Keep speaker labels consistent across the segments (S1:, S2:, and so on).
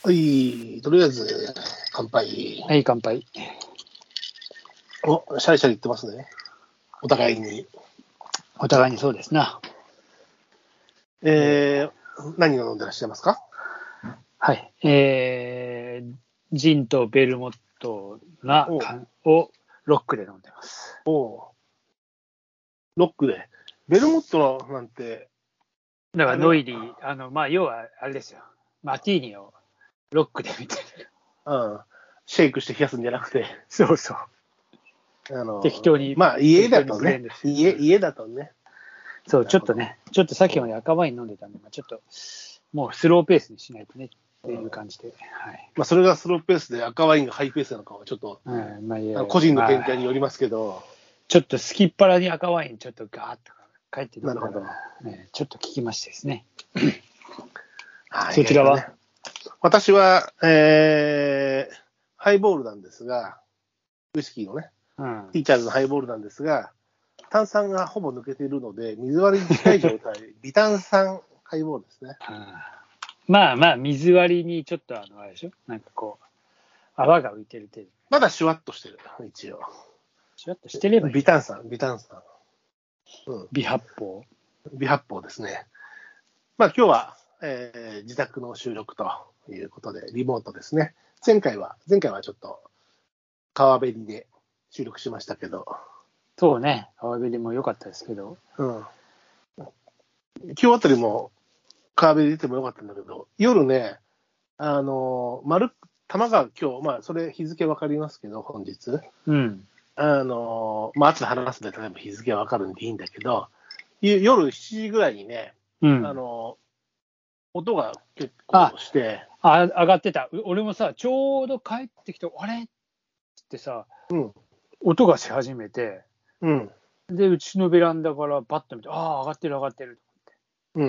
S1: はい、とりあえず、乾杯。
S2: はい、乾杯。
S1: お、シャリシャリ言ってますね。お互いに。
S2: お互いにそうですな。
S1: 何を飲んでらっしゃいますか？
S2: はい。ジンとベルモットをロックで飲んでます。
S1: おロックで。ベルモットなんて、
S2: だからノイリー、要はあれですよ。マティーニをロックでみたい
S1: な。シェイクして冷やすんじゃなくて。
S2: な。そうそう。適当に。
S1: 家だとね。家だとね。
S2: そう、ちょっとさっきまで赤ワイン飲んでたんで、ちょっと、もうスローペースにしないとねっていう感じで。はい。
S1: それがスローペースで赤ワインがハイペースなのかはちょっと、個人の見解によりますけど。
S2: ちょっとすきっ腹に赤ワインちょっとガーッと帰ってくるから、
S1: なるほど。
S2: ちょっと聞きましてですね。
S1: はい、
S2: そちらは、
S1: 私は、ハイボールなんですが、ウイスキーのね、ティーチャーズのハイボールなんですが、炭酸がほぼ抜けているので、水割りに近い状態、微炭酸ハイボールですね。
S2: 水割りにちょっとあれでしょ、なんかこう、泡が浮いてる程度。
S1: まだシュワッとしてる、一応。
S2: シュワッとしてればいい。
S1: 微炭酸。
S2: 微発泡。
S1: 微発泡ですね。今日は、自宅の収録ということで、リモートですね。前回はちょっと、川べりで収録しましたけど。
S2: そうね、川べりも良かったですけど。
S1: 今日あたりも川べり出てもよかったんだけど、夜ね、多摩川今日、それ日付わかりますけど、本日。後で話すんで、例えば日付わかるんでいいんだけど、夜7時ぐらいにね、音が結構して。
S2: 上がってた。俺もさ、ちょうど帰ってきて、あれってさ、音がし始めて、で、うちのベランダからパッと見て、上がってると思って。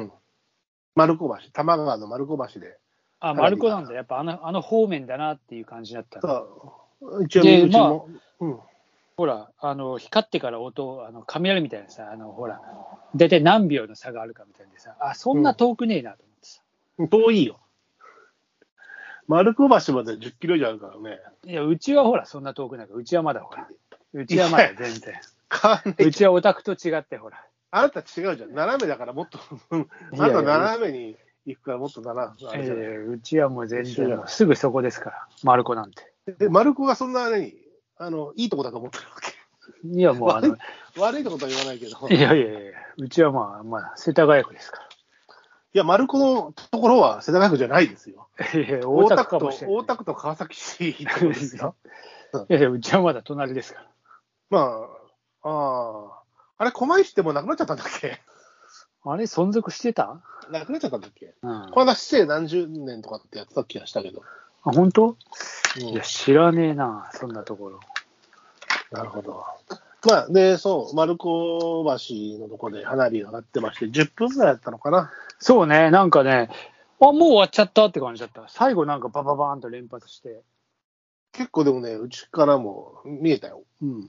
S1: 丸子橋、多摩川の丸子橋で。
S2: 丸子なんだ。やっぱあの方面だなっていう感じだった。
S1: そう。うちも。
S2: ほら、光ってから音、雷みたいなさ、ほら、大体何秒の差があるかみたいでさ、そんな遠くねえなと思ってさ。
S1: 遠いよ。丸子橋まで10キロ以上あるからね。
S2: いや、うちはほら、そんな遠くないから、うちはまだほら。うちはまだ全然。うちはオタクと違って、ほら。
S1: あなた違うじゃん。斜めだからもっと、あなた斜めに行くからもっと
S2: うちはもう全然、すぐそこですから、丸子なんて。
S1: 丸子がそんなに、いいとこだと思ってるわけ。
S2: いや、もう
S1: 悪いとことは言わないけど。
S2: いや、うちは世田谷区ですから。
S1: いや、丸子のところは世田谷区じゃないですよ。
S2: 大田区
S1: と川崎市ですよ。
S2: いや、うちはまだ隣ですから。
S1: あれ、狛江市ってもうなくなっちゃったんだっけ？
S2: あれ、存続してた？
S1: なくなっちゃったんだっけ？この間、市政何十年とかってやってた気がしたけど。
S2: 本当？いや、知らねえな、そんなところ。
S1: なるほど。丸子橋のところで花火が上がってまして、10分ぐらいだったのかな。
S2: そうね、なんかね、もう終わっちゃったって感じだった。最後なんかバババーンと連発して。
S1: 結構でもね、うちからも見えたよ。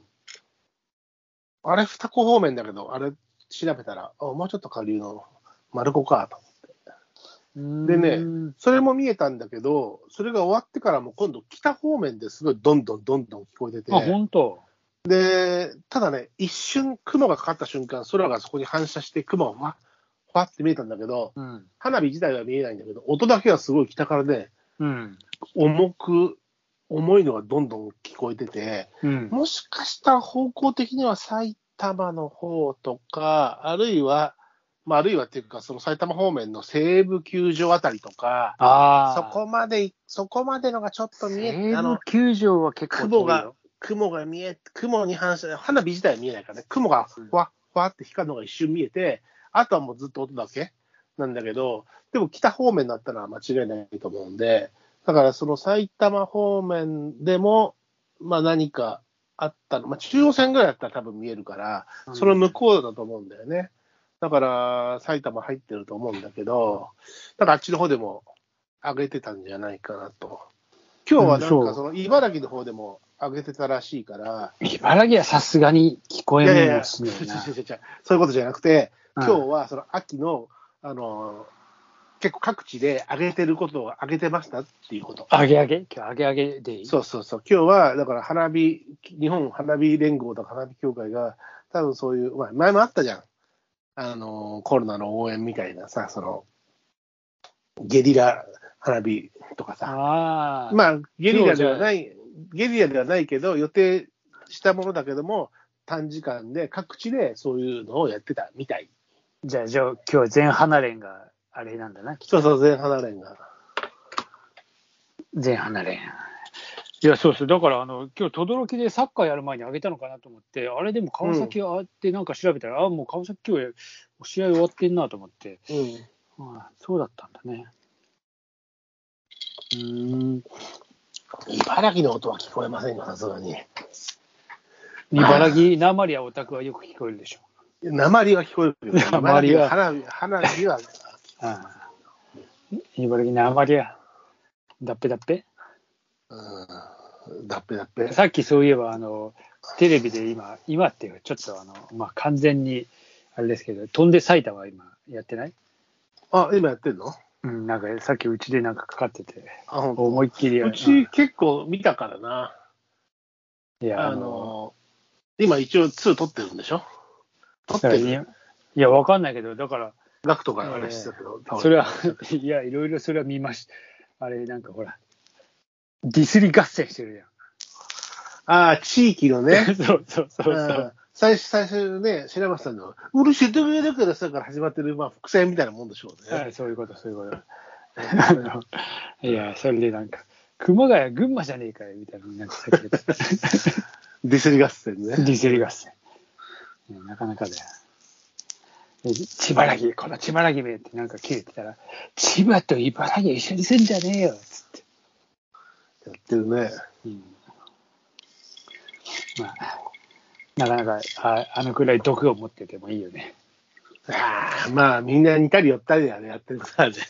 S1: あれ、二子方面だけど、あれ調べたら、もうちょっと下流の丸子かと思って。でね、それも見えたんだけど、それが終わってからも今度北方面ですごいどんどん聞こえてて。
S2: 本当？
S1: で、ただね、一瞬雲がかかった瞬間、空がそこに反射して雲がふわって見えたんだけど、花火自体は見えないんだけど、音だけはすごい北からね、重いのがどんどん聞こえてて、もしかしたら方向的には埼玉の方とか、あるいはっていうか、その埼玉方面の西武球場あたりとか、そこまでのがちょっと見えて、
S2: 西武球場は結構遠いよ。
S1: 雲に反射、花火自体は見えないからね、雲がふわって光るのが一瞬見えて、あとはもうずっと音だけなんだけど、でも北方面になったら間違いないと思うんで、だからその埼玉方面でも、何かあったの、中央線ぐらいだったら多分見えるから、その向こうだと思うんだよね。だから埼玉入ってると思うんだけど、だからあっちの方でも上げてたんじゃないかなと。今日はなんかその茨城の方でも上げてたらしいから。
S2: 茨城はさすがに聞こえないですね。
S1: そういうことじゃなくて、今日はその秋の、 結構各地で上げてることを上げてましたっていうこと。
S2: 今日上げでいい？
S1: そう。今日は、だから日本花火連合とか花火協会が、多分そういう、まあ、前もあったじゃん。コロナの応援みたいなさ、ゲリラ花火とかさ。まあ、ゲリラではないけど、予定したものだけども、短時間で各地でそういうのをやってたみたい。
S2: じゃあ今日は全花連があれなんだな。
S1: そう、全花連が。
S2: 全花連。いや、そう。だから、今日、轟でサッカーやる前にあげたのかなと思って、あれでも川崎あってなんか調べたら、もう川崎今日試合終わってんなと思って。そうだったんだね。
S1: 茨城の音は聞こえませんか、さすがに。
S2: 茨城、なまりはオタクはよく聞こえるでしょ。
S1: なまりは聞こえるけど、
S2: なまりは。
S1: 花火は。
S2: 茨城なまりは。だっぺ。だっぺ。さっきそういえば、テレビで今っていうちょっとまあ、完全に、あれですけど、飛んで埼玉は今やってない？
S1: 今やってんの？
S2: なんかさっきうちでなんかかかってて、思いっきり
S1: うち結構見たからな。いや、今一応2撮ってるんでしょ？撮ってる？
S2: いや、わかんないけど、だから。
S1: ガクトがあれしてたけど。
S2: それは、いや、いろいろそれは見ました。あれ、なんかほら、ディスり合戦してる
S1: やん。地域のね。
S2: そう。
S1: 最初ね、白松さんの、うるしい、どめだからさ、から始まってる、まあ、伏線みたいなもんでしょうね。
S2: そういうこと。いや、それでなんか、熊谷、群馬じゃねえかよ、みたいな、なんかさっき言って
S1: ディスり合戦ね。
S2: ディスり合戦。なかなかだよ。千葉めってなんか切れてたら、千葉と茨城一緒にすんじゃねえよ、つって。
S1: やってるね。
S2: まあ、なかなかあのくらい毒を持っててもいいよね。
S1: まあ、みんな似たり寄ったりでやってるからね。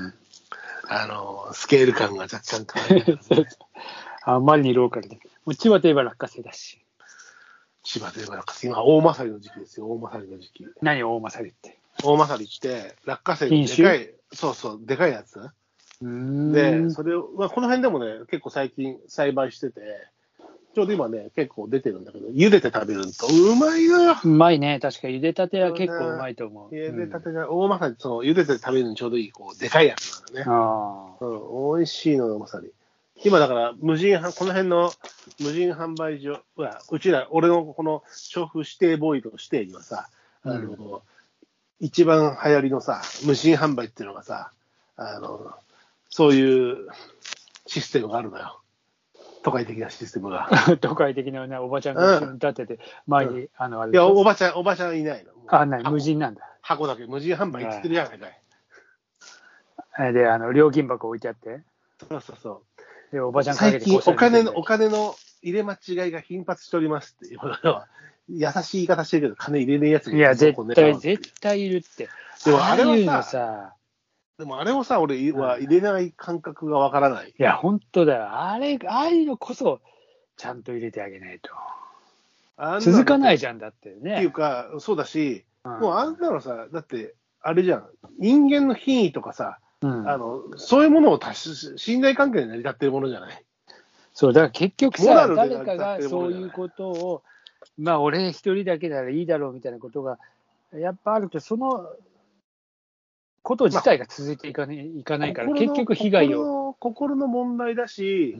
S1: スケール感が若干変わる、ね。
S2: あんまりにローカルで。もう千葉といえば落花生だし。
S1: 千葉といえば落花生。今、大まさりの時期ですよ、大まさりの時期。
S2: 何、大まさりって。
S1: 大まさりって、落花生のでかい、でかいやつ。で、それを、まあ、この辺でもね、結構最近栽培してて、ちょうど今ね、結構出てるんだけど、茹でて食べるとうまいのよ。
S2: うまいね、確か茹でたては結構うまいと思う。
S1: 茹でたてが、大まさに茹でて食べるのにちょうどいい、でかいやつなんだね。美味しいのよ、まさに。今だから、この辺の無人販売所は、俺のこの調布指定ボーイと指定にはさ、一番流行りのさ、無人販売っていうのがさ、そういうシステムがあるのよ。都会的なシステムが。
S2: 都会的なね、おばちゃんが後ろに立ってて、前に、あれ。
S1: いや、おばちゃんいない
S2: の。無人なんだ。
S1: 箱だけ、無人販売って言ってるやないか
S2: い。で、料金箱置いてあって。
S1: そう。
S2: で、おばちゃん
S1: 最近お金の入れ間違いが頻発しておりますっていうのは、優しい言い方してるけど、金入れねえやつがい
S2: や、絶対いるって。
S1: でもあれはさ、俺は入れない感覚がわからない。
S2: いや、本当だよ。ああいうのこそ、ちゃんと入れてあげないと。続かないじゃんだってね。
S1: っていうか、そうだし、もうあんなのさ、だって、あれじゃん。人間の品位とかさ、そういうものを信頼関係で成り立ってるものじゃない。
S2: そう、だから結局さ、誰かがそういうことを、まあ、俺一人だけならいいだろうみたいなことが、やっぱあると、そのこと自体が続いていかないから、結局被害を。
S1: 心の問題だし、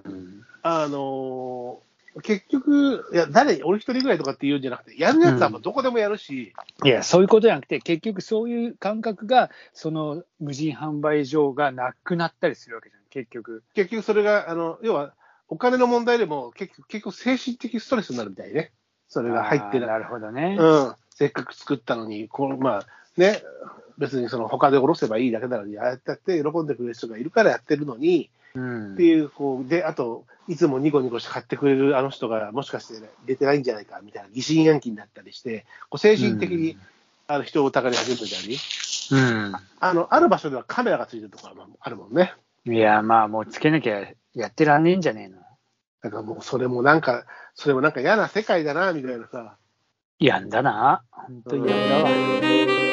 S1: 結局、俺一人ぐらいとかって言うんじゃなくて、やるやつはもうどこでもやるし。
S2: いや、そういうことじゃなくて、結局そういう感覚が、その無人販売所がなくなったりするわけじゃん、結局。
S1: 結局それが、要は、お金の問題でも結局精神的ストレスになるみたいね。それが入って
S2: なるほどね。
S1: せっかく作ったのに、まあね、別に他で下ろせばいいだけなのに、ああやって喜んでくれる人がいるからやってるのに、っていう、で、あと、いつもニコニコして買ってくれるあの人がもしかして入れてないんじゃないかみたいな疑心暗鬼になったりして、精神的に人を疑い始めたり、ある場所ではカメラがついてるところもあるもんね。
S2: いや、まあもうつけなきゃやってらんねえんじゃねえの。
S1: だからもうそれもなんか嫌な世界だな、みたいなさ。
S2: やんだな。本当にやんだわ。